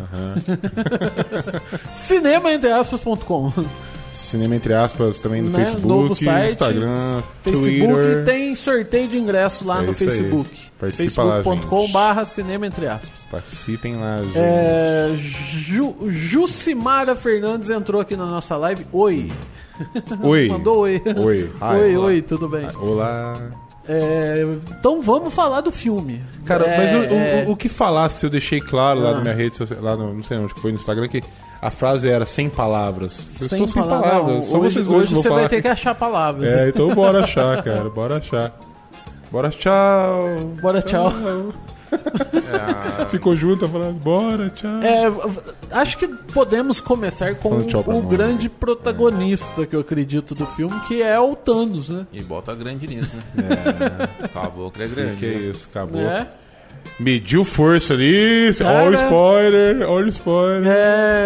Cinemaentreaspas.com. Cinema Entre Aspas também no Facebook, novo site, Instagram, Facebook, Twitter. E tem sorteio de ingresso lá no Facebook. Facebook.com/Cinema Entre Aspas. Participem lá, gente. Jucimara Fernandes entrou aqui na nossa live. Oi. Mandou oi. Oi, tudo bem? Olá. Então vamos falar do filme. Cara, mas o que falasse, eu deixei claro lá na minha rede social, lá no, não sei onde que foi, no Instagram, que a frase era sem palavras. Eu estou sem palavras. Não, hoje você vai ter que achar palavras. Então bora achar, cara. Bora achar. Bora tchau. Bora tchau. Ficou junto falando, bora, tchau. Acho que podemos começar com o grande protagonista que eu acredito do filme, que é o Thanos, né? E bota grande nisso, né? Acabou que é grande. Que isso, acabou. Mediu força ali. Olha o spoiler.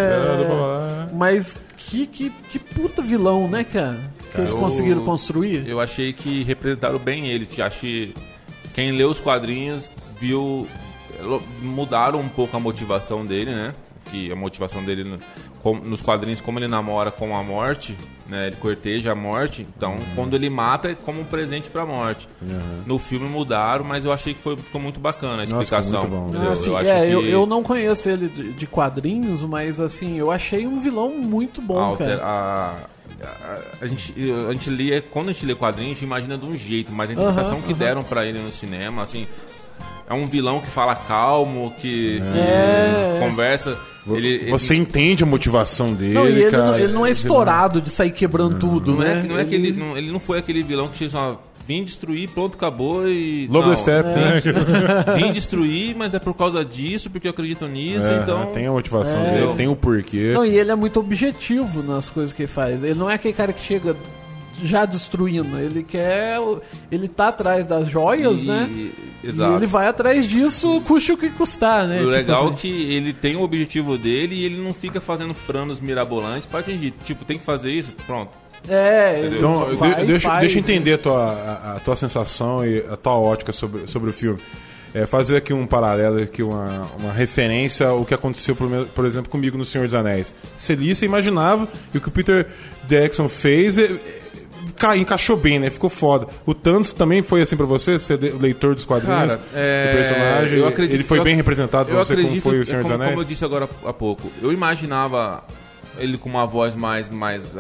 Mas que puta vilão, né, cara? Que eles conseguiram construir. Eu achei que representaram bem ele. Quem leu os quadrinhos viu, mudaram um pouco a motivação dele, né? Que a motivação dele nos quadrinhos, como ele namora com a morte, né? Ele corteja a morte, então quando ele mata é como um presente pra morte. No filme mudaram, mas eu achei que ficou muito bacana a explicação. Muito bom. Assim, eu não conheço ele de quadrinhos, mas assim, eu achei um vilão muito bom, cara. A gente lia, quando a gente lê quadrinhos, a gente imagina de um jeito, mas a interpretação que deram pra ele no cinema, assim, é um vilão que fala calmo, que conversa. Você entende a motivação dele, não, e cara. Ele não é estourado de sair quebrando tudo, né? Ele não foi aquele vilão que tinha só vim destruir, pronto, acabou e... Lobo Step, né? Vim destruir, mas é por causa disso, porque eu acredito nisso, então... Tem a motivação dele, tem o porquê. Não, e ele é muito objetivo nas coisas que ele faz. Ele não é aquele cara que chega já destruindo. Ele tá atrás das joias, né? Exato. E ele vai atrás disso, custe o que custar, né? O legal é que ele tem o objetivo dele e ele não fica fazendo planos mirabolantes pra atingir. Tipo, tem que fazer isso, pronto. Então, deixa eu entender a tua sensação e a tua ótica sobre o filme. Fazer aqui um paralelo, aqui uma referência ao que aconteceu, por exemplo, comigo no Senhor dos Anéis. Você lia, você imaginava, e o que o Peter Jackson fez encaixou bem, né? Ficou foda. O Thanos também foi assim pra você? Ser leitor dos quadrinhos, do personagem? Ele foi bem representado pra você como foi o Senhor dos Anéis? Como eu disse agora há pouco, eu imaginava ele com uma voz mais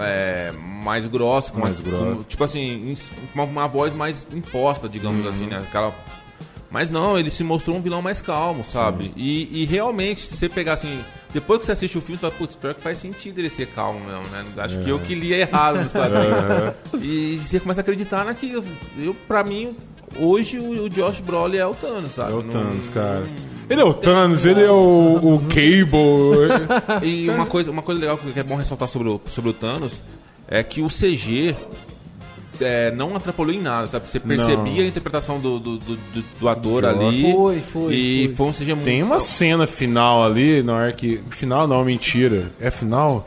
grossa, tipo assim, uma voz mais imposta, digamos assim, né? Mas não, ele se mostrou um vilão mais calmo, sabe? E realmente, se você pegar assim, depois que você assiste o filme, você fala, putz, pior que faz sentido ele ser calmo mesmo, né? Acho que eu que li errado nos quadrinhos. E você começa a acreditar naquilo. Pra mim, hoje o Josh Brolin é o Thanos, sabe? É o Thanos, cara. Ele é o Thanos, ele é o Cable. E uma coisa legal que é bom ressaltar sobre o Thanos é que o CG não atrapalhou em nada, sabe? Você percebia a interpretação do ator ali. Foi um CG muito... Tem uma cena final ali, na hora que... Final não, mentira. É final?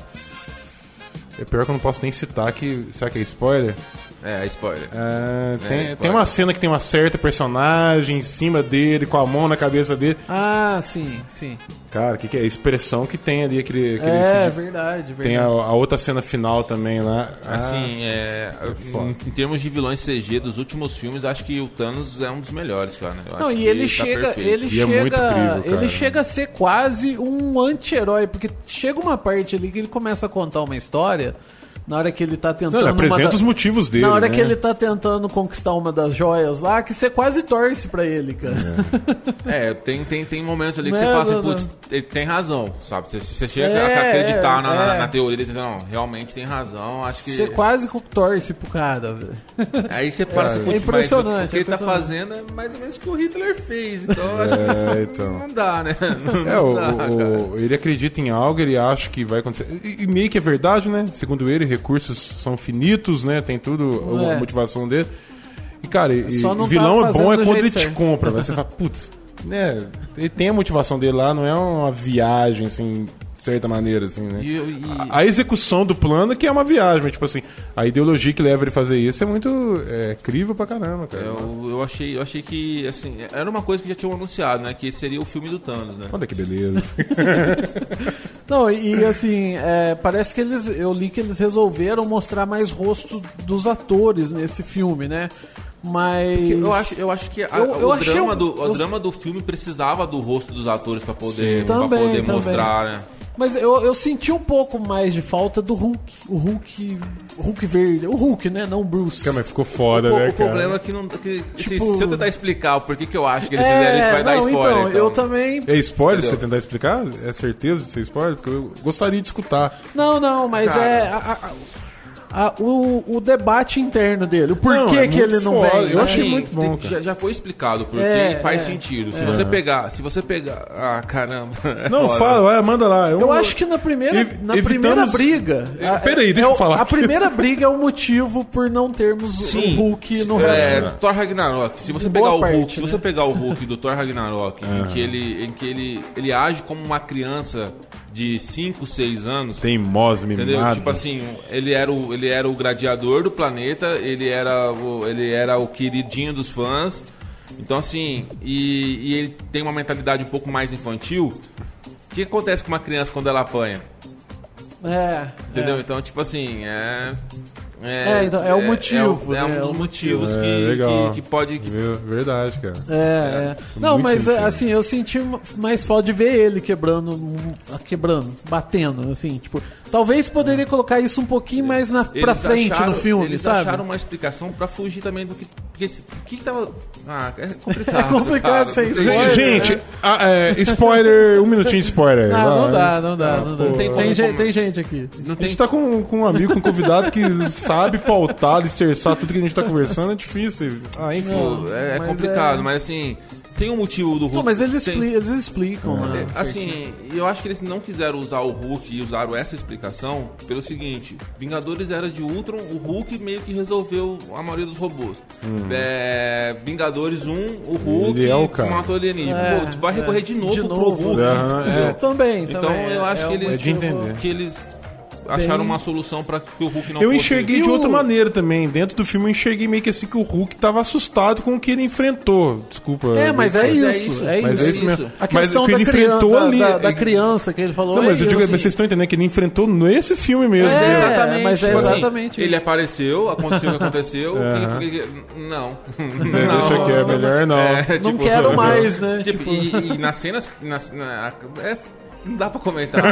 É pior que eu não posso nem citar, que... Será que é spoiler? É spoiler. Tem uma cena que tem uma certa personagem em cima dele, com a mão na cabeça dele. Ah, sim. Cara, o que é? A expressão que tem ali, aquele Verdade. Tem a outra cena final também lá. Assim, em termos de vilões CG dos últimos filmes, acho que o Thanos é um dos melhores, cara. E ele chega, ele chega a ser quase um anti-herói, porque chega uma parte ali que ele começa a contar uma história. Na hora que ele tá tentando... Ele apresenta os motivos dele, na hora né? que ele tá tentando conquistar uma das joias lá, que você quase torce pra ele, cara. Tem momentos ali que você fala assim, putz, ele tem razão, sabe? Você chega a acreditar na teoria dele, você fala, não, realmente tem razão, acho que... Você quase torce pro cara, velho. Aí você fala assim, putz, impressionante, mas o que ele tá fazendo é mais ou menos o que o Hitler fez, então acho que não dá, né? Ele acredita em algo, ele acha que vai acontecer. E meio que é verdade, né? Segundo ele, recursos são finitos, né? Tem tudo, a motivação dele. E, cara, vilão é bom quando ele te compra, né? Você fala, putz, né? Ele tem a motivação dele lá, não é uma viagem, assim, de certa maneira, assim, né? A execução do plano que é uma viagem, mas, tipo assim, a ideologia que leva ele a fazer isso é muito crível pra caramba, cara. Eu achei que, assim, era uma coisa que já tinham anunciado, né? Que esse seria o filme do Thanos, né? Olha que beleza. Não, e assim, parece que eu li que eles resolveram mostrar mais rosto dos atores nesse filme, né? Mas... Eu acho que o drama do filme precisava do rosto dos atores pra poder mostrar, né? Mas eu senti um pouco mais de falta do Hulk. O Hulk verde. O Hulk, né? Não o Bruce. Cara, mas ficou foda, né, cara? O problema é que não... Tipo... Se eu tentar explicar o porquê que eu acho que eles fizeram isso, vai dar spoiler. Então, eu também... É spoiler se você tentar explicar? É certeza de ser spoiler? Porque eu gostaria de escutar. Não, mas cara, o debate interno dele, o porquê que ele não vem. Eu achei muito bom, já foi explicado, porque faz sentido. Se você pegar... Ah, caramba. Não, fala, manda lá. Eu acho que na primeira briga... Peraí, deixa eu falar. A primeira briga é o motivo por não termos o Hulk no resto. Thor Ragnarok. Se você pegar o Hulk do Thor Ragnarok, em que ele age como uma criança de 5, 6 anos... Teimoso, mimado. Entendeu? Tipo assim, ele era o gladiador do planeta, ele era o queridinho dos fãs. Então assim, e ele tem uma mentalidade um pouco mais infantil. O que acontece com uma criança quando ela apanha? Entendeu? Então, tipo assim, então, é o motivo. É um dos motivos que pode... Verdade, cara. Não, mas assim, eu senti mais falta de ver ele quebrando, batendo, assim, tipo... Talvez poderia colocar isso um pouquinho mais pra frente no filme, eles sabe? Eles acharam uma explicação pra fugir também do que... Porque o que tava... É complicado. É complicado sem spoiler. Gente, spoiler, um minutinho de spoiler. Não dá. Tem gente aqui. A gente tá com um amigo, com um convidado que sabe pautar, alicerçar tudo que a gente tá conversando, é difícil. Enfim. É complicado, mas assim... Tem um motivo do Hulk. Não, mas eles explicam, né? Assim, eu acho que eles não quiseram usar o Hulk e usaram essa explicação pelo seguinte: Vingadores Era de Ultron, o Hulk meio que resolveu a maioria dos robôs. Vingadores 1, o Hulk matou alienígena. Pô, vai recorrer de novo pro Hulk. Também. Então eu acho que eles acharam uma solução pra que o Hulk não Eu enxerguei de outra maneira também. Dentro do filme eu enxerguei meio que assim que o Hulk tava assustado com o que ele enfrentou. Desculpa. Mas é isso mesmo. A questão que ele enfrentou ali da criança que ele falou. Não, mas eu digo, vocês estão entendendo que ele enfrentou nesse filme mesmo. Exatamente. Mas é exatamente assim, ele apareceu, aconteceu o que aconteceu. Não. Deixa que é melhor não. Não quero mais, né? E nas cenas... Não dá pra comentar.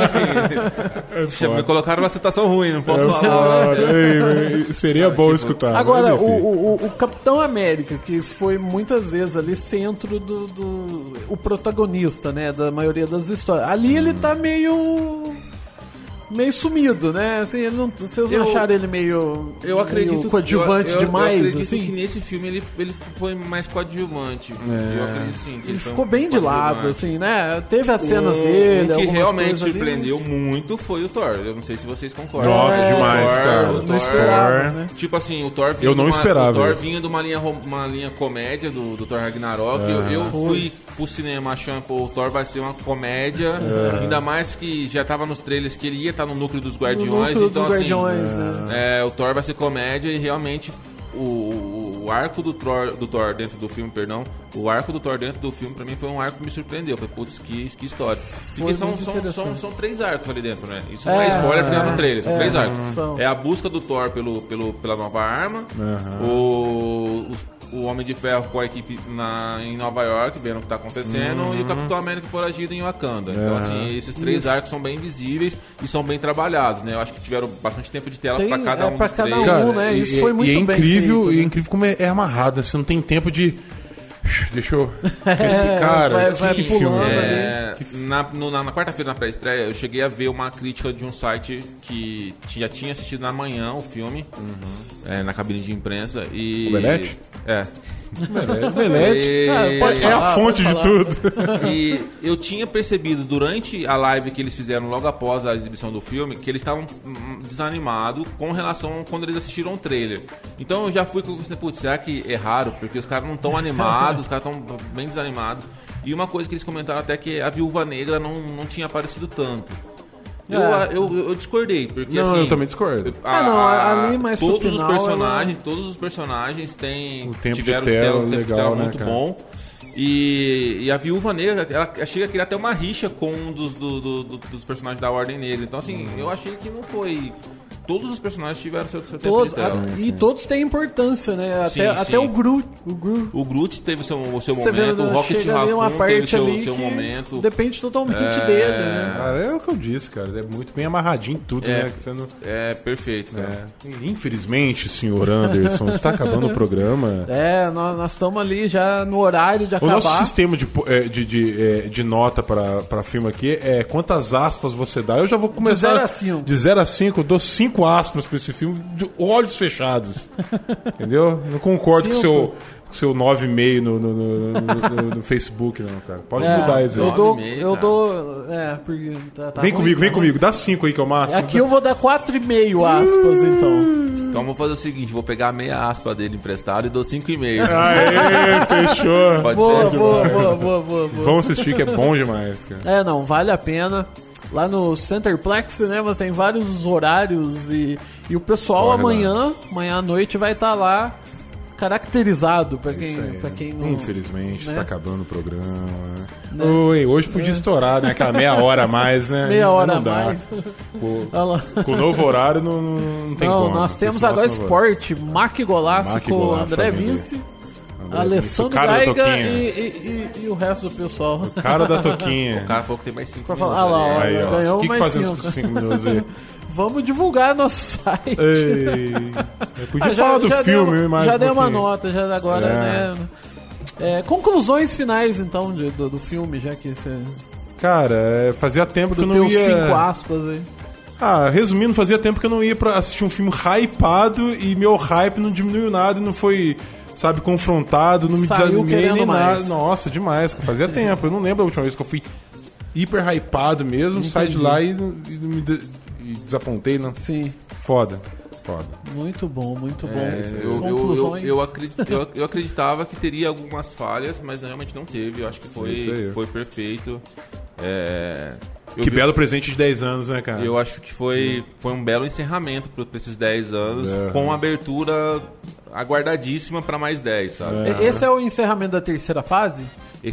Me colocaram numa situação ruim, não posso falar. Seria bom escutar. Agora, o Capitão América, que foi muitas vezes ali centro o protagonista, né? Da maioria das histórias. Ali ele tá meio meio sumido, né? Assim, ele não, vocês não acharam ele meio coadjuvante demais? Eu acredito assim? que nesse filme ele foi mais coadjuvante. Eu acredito sim. Que Ele foi ficou um bem de lado, coadjuvante. assim, né? Teve as cenas dele, O que algumas realmente coisas ali, surpreendeu mas- muito foi o Thor. Eu não sei se vocês concordam. Nossa, demais, Thor, cara. o Não Thor- esperava, né? Tipo assim, o Thor vinha Eu não de uma, esperava O Thor isso. vinha de uma linha comédia do Thor Ragnarok. Eu fui pro cinema achando que o Thor vai ser uma comédia. Ainda mais que já tava nos trailers que ele ia estar no núcleo dos Guardiões. núcleo Então, dos assim, Guardiões, o Thor vai ser comédia e realmente o arco do Thor dentro do filme, o arco do Thor dentro do filme pra mim foi um arco que me surpreendeu. Foi, putz, que história. Porque Foi muito interessante. são 3 arcos ali dentro, né? Isso não é spoiler porque tá no trailer, são 3 arcos. São. É a busca do Thor pela nova arma, o Homem de Ferro com a equipe em Nova York, vendo o que tá acontecendo, e o Capitão América foragido em Wakanda. Então, assim, esses 3 arcos são bem visíveis e são bem trabalhados, né? Eu acho que tiveram bastante tempo de tela pra cada um pra dos cada 3. um, né? Isso foi muito e é bem incrível, feito, e é né? incrível como é amarrado, né? Você não tem tempo de... Deixa eu explicar. vai que pulando filme ali. Na quarta-feira, na pré-estreia, eu cheguei a ver uma crítica de um site que já tinha assistido na manhã o filme, na cabine de imprensa. E... O Belete? É. Belete. Pode É falar, a fonte pode de falar. tudo. E eu tinha percebido durante a live que eles fizeram logo após a exibição do filme que eles estavam desanimados com relação a quando eles assistiram o trailer. Então eu já fui com você, putz, será que é raro? Porque os caras não estão animados, os caras estão bem desanimados. E uma coisa que eles comentaram até que a Viúva Negra não tinha aparecido tanto. Eu discordei, porque Não, assim... eu também discordo. Ali mais pro todos final, todos os personagens têm O tempo de tiveram tela um tempo de legal, tela né, muito cara? bom. E a Viúva Negra, ela chega a criar até uma rixa com um dos personagens da Ordem Negra. Então, assim, eu achei que não foi... Todos os personagens tiveram seu tempo Todos, de tela. e todos têm importância, né? Sim, Até sim. o Groot. O Groot teve o seu Você momento, vê, o Rocket chega ali uma Raccoon teve parte ali seu que momento. depende totalmente dele, né? Cara, é o que eu disse, cara. É muito bem amarradinho em tudo, né? Que você não... É perfeito, cara. Infelizmente, senhor Anderson, está acabando o programa. Nós estamos ali já no horário de O acabar. nosso sistema de nota para filme aqui é quantas aspas você dá. Eu já vou começar... De 0 a 5. De 0 a 5, eu dou 5 aspas para esse filme, de olhos fechados. Entendeu? Não concordo com o seu 9,5 no Facebook, não, cara. Pode mudar isso aí. Eu dou... porque tá Vem ruim, comigo. Dá 5 aí que é o máximo. Aqui eu vou dar 4,5 aspas, então. Então vou fazer o seguinte, vou pegar a meia aspa dele emprestado e dou 5,5. Aê, fechou. Pode Boa, ser? boa. Vamos assistir que é bom demais, cara. Não, vale a pena. Lá no Centerplex Cinemas tem vários horários e o pessoal Corre amanhã à noite vai estar lá caracterizado pra Isso aí. quem não... Infelizmente, né? está acabando o programa. Né? Oi, hoje podia estourar, né? Aquela meia hora a mais, né? Meia hora Não a dá. mais. Olha lá. Com o novo horário não tem como. Nós temos Esse agora nosso novo horário. esporte, Mac Golaço Mac com Golaço André também, Vinci, André Alessandro Vinci, o cara da Gaiga toquinha. e o resto do pessoal. Cara da toquinha. O cara falou que tem mais 5 Pra minutos. falar, lá, ó, Aí, ó. ganhou O que mais fazemos com 5. os 5 minutos aí? Vamos divulgar nosso site. Ei, eu podia falar do filme, mas já deu uma nota, já agora, É. né? Conclusões finais, então, do filme, já que você... Cara, fazia tempo que eu Do não teu ia... 5 aspas aí. Resumindo, fazia tempo que eu não ia pra assistir um filme hypado e meu hype não diminuiu nada e não foi, sabe, confrontado, não me Saiu desanimei querendo nem mais. nada. Nossa, demais, cara. Fazia tempo. Eu não lembro a última vez que eu fui hiper hypado mesmo, saí de lá e e desapontei, não. Sim, Foda. muito bom, muito bom. É, eu acreditava que teria algumas falhas, mas realmente não teve. Eu acho que Isso aí. foi perfeito. Que belo presente de 10 anos, né, cara? Eu acho que foi um belo encerramento para esses 10 anos, com abertura aguardadíssima para mais 10, sabe? Esse é o encerramento da terceira fase?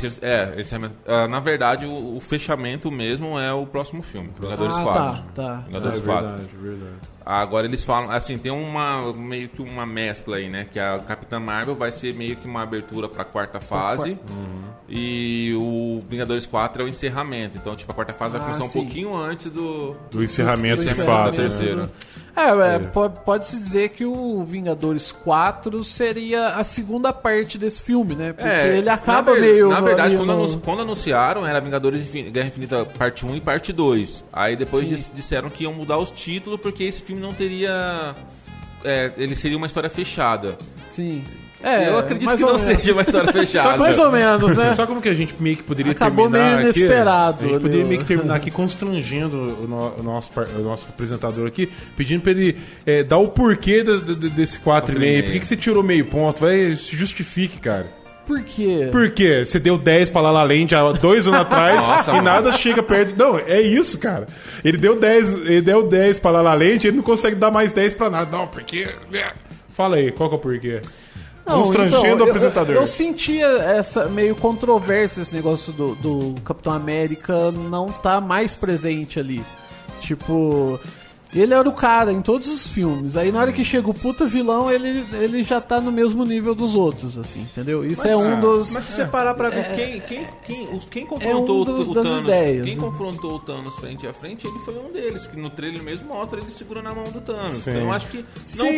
Na verdade, o fechamento mesmo é o próximo filme, Vingadores 4. Tá. Vingadores 4. Verdade. Agora eles falam, assim, tem meio que uma mescla aí, né? Que a Capitã Marvel vai ser meio que uma abertura pra quarta fase. E o Vingadores 4 é o encerramento. Então, tipo, a quarta fase vai começar um pouquinho antes do Do encerramento Do de encerramento. fato. da terceira. Né? Pode-se dizer que o Vingadores 4 seria a segunda parte desse filme, né? Porque ele acaba meio... Na verdade, quando anunciaram, era Vingadores Guerra Infinita parte 1 e parte 2. Aí depois disseram que iam mudar os títulos, porque esse filme não teria... ele seria uma história fechada. Sim. Eu acredito que não seja uma história fechada. Mais ou menos, né? Só como que a gente meio que poderia Acabou terminar meio inesperado. aqui, a gente poderia meio que terminar aqui constrangendo o nosso apresentador aqui, pedindo pra ele dar o porquê desse 4,5. Por que você tirou meio ponto? Vai, se justifique, cara. Por quê? Porque você deu 10 pra La La Land há 2 anos atrás Nossa, e mano. nada chega perto. Não, é isso, cara. Ele deu 10 pra La La Land e ele não consegue dar mais 10 pra nada. Não, porque... Fala aí, qual que é o porquê? Constrangendo o apresentador. Eu sentia essa meio controvérsia, esse negócio do Capitão América não tá mais presente ali. Tipo, ele era o cara em todos os filmes. Aí na hora que chega o puta vilão, ele já tá no mesmo nível dos outros, assim, entendeu? Isso dos... Mas se você parar pra ver quem confrontou o Thanos, ideias, quem né? confrontou o Thanos frente a frente, ele foi um deles, que no trailer mesmo mostra ele segurando a mão do Thanos. Sim. Então eu acho que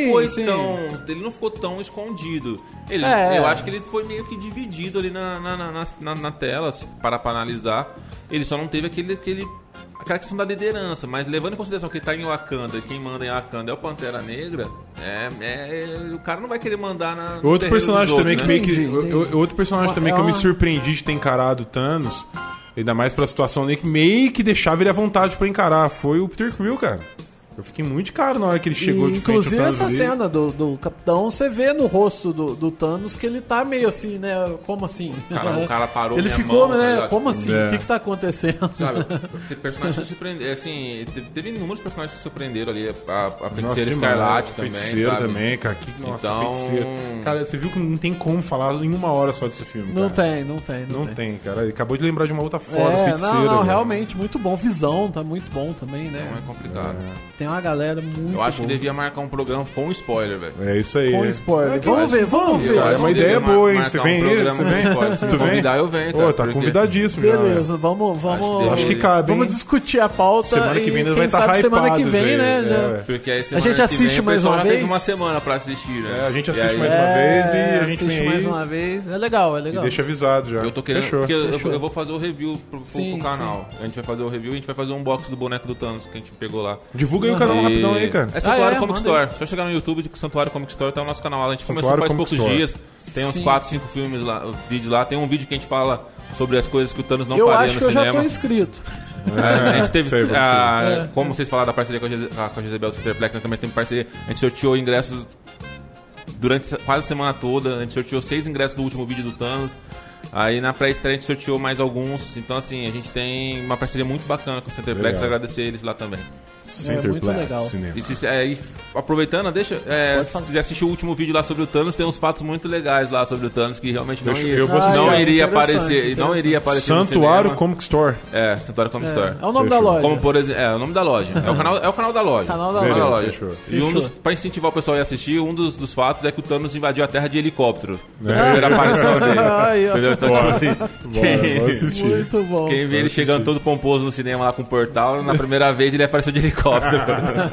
ele não ficou tão escondido. Eu acho que ele foi meio que dividido ali na tela, se parar pra analisar. Ele só não teve aquela questão da liderança, mas levando em consideração que ele tá em Wakanda e quem manda em Wakanda é o Pantera Negra, o cara não vai querer mandar na. Outro personagem também outros, que né? meio que. Outro personagem também que eu me surpreendi de ter encarado o Thanos, ainda mais pela situação dele, que meio que deixava ele à vontade pra encarar, foi o Peter Quill, cara. Eu fiquei muito de cara na hora que ele chegou de frente ao Inclusive Thanos essa ali. cena do Capitão, você vê no rosto do Thanos que ele tá meio assim, né? Como assim? O cara parou ele minha ficou, mão, né? tá ligado? Como assim? O que tá acontecendo? Sabe, teve personagens que surpreenderam, assim, teve inúmeros personagens que surpreenderam ali, a Feiticeira Nossa, Escarlate demais. também, Feiticeira sabe? também, cara. Nossa, Então- Feiticeira. Cara, você viu que não tem como falar em uma hora só desse filme, Não cara. tem. Não tem, cara. Ele acabou de lembrar de uma outra foda, Feiticeira. Não, velho. realmente, muito bom. Visão, tá muito bom também, né? Não é complicado. Tem uma galera muito Eu acho que boa. devia marcar um programa com spoiler, velho. É isso aí. Com é. spoiler. que Vamos ver. Cara, é uma ideia boa, hein? Você vem aí? Você vem? Se Tu vem? convidar, eu venho, Pô, cara. tá porque- convidadíssimo já. Beleza, vamos. Acho que cabe, hein? Vamos discutir a pauta. Semana que vem e nós quem vai tá sabe semana que hypados vem, aí, né? é. Porque aí A gente assiste mais uma já vez? teve uma semana pra assistir, né? É, a gente E assiste aí- mais uma vez e a gente assiste vem mais aí uma vez. É legal. e deixa avisado já. Eu tô querendo. Fechou. Porque Fechou. eu vou fazer o review pro Sim, canal. A gente vai fazer o review e a gente vai fazer um unboxing do boneco do Thanos que a gente pegou lá. Divulga aí o canal rapidão aí, cara. É Santuário Comic manda Store. Só chegar no YouTube de Santuário Comic Store, tá no nosso canal lá. A gente começou Santuário faz Comic poucos Store. dias. Tem uns Sim, 4, 5 filmes lá, vídeos lá. Tem um vídeo que a gente fala sobre as coisas que o Thanos não Eu faria acho no que eu já cinema. tô inscrito. A gente teve, Sei, como vocês falaram da parceria com a Jezebel Cinterplex, nós também temos parceria. A gente sorteou ingressos durante quase a semana toda. A gente sorteou 6 ingressos do último vídeo do Thanos. Aí na pré-estreia a gente sorteou mais alguns. Então assim, a gente tem uma parceria muito bacana com o Cinterplex. Legal. Agradecer eles lá também. muito legal. Cinema. E aproveitando, se quiser assistir o último vídeo lá sobre o Thanos, tem uns fatos muito legais lá sobre o Thanos que realmente não, Eu vou assistir. não iria interessante, aparecer. Não iria aparecer no Santuário cinema. Comic Store. Santuário Comic Store. É o nome da Fechou. loja. Como por exemplo, o nome da loja. É o canal da loja. Canal da Beleza, loja. fechou. E pra incentivar o pessoal a ir assistir, um dos fatos é que o Thanos invadiu a Terra de helicóptero. Na primeira aparição dele. Aí, ó. Entendeu? Então, tipo assim, Bora, vou assistir. Muito bom. quem vê ele chegando todo pomposo no cinema lá com o portal, na primeira vez ele apareceu de helicóptero.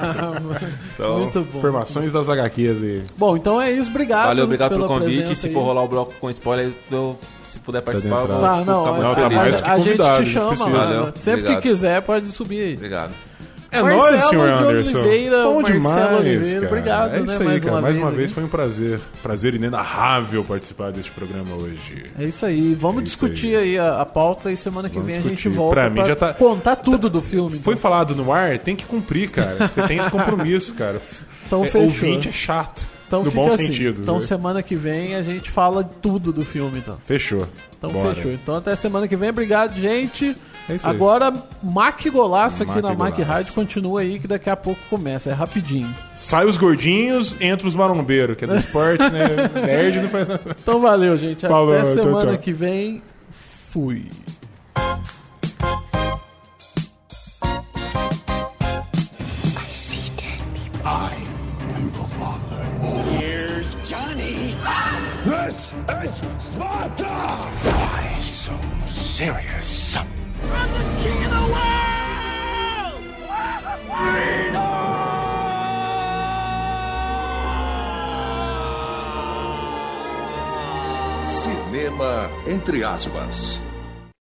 Então, Muito bom. Informações das HQs aí. Bom, então é isso. Obrigado. obrigado pelo pela convite. presença Se aí. for rolar o bloco com spoiler, se puder participar, eu vou, Tá Tá, vou não, ficar muito tá feliz. mais do que a gente convidado, te chama, precisa. mano. Valeu, Sempre obrigado. que quiser, pode subir. Obrigado. É Marcelo nóis, senhor de Anderson. Oliveira, Bom Marcelo demais, Oliveira, cara. obrigado, É isso né, aí, mais cara. uma Mais vez uma aqui. vez foi um prazer. Prazer inenarrável participar deste programa hoje. É isso aí. Vamos É isso discutir aí a pauta e semana que Vamos vem a gente discutir. volta Pra mim já tá- contar tudo do filme. Foi então. falado no ar, tem que cumprir, cara. Você tem esse compromisso, cara. Então fechou. Ouvinte é chato. Então no fica bom assim. sentido. Então viu? semana que vem a gente fala tudo do filme, então. Fechou. Então Bora. fechou. Então até semana que vem. Obrigado, gente. É isso aí. Agora, Mac Golaço aqui Mac na Mac Golaço. Rádio. Continua aí que daqui a pouco começa. É rapidinho. Sai os gordinhos, entra os marombeiros, que é do esporte, né? Nerd não faz nada. Então valeu, gente. Falou, Até tchau, semana tchau. que vem. Fui. I see dead people. I am your father. Here's Johnny. This is Sparta! Why so serious? Run the king of the world! Freedom! Cinema Entre Aspas.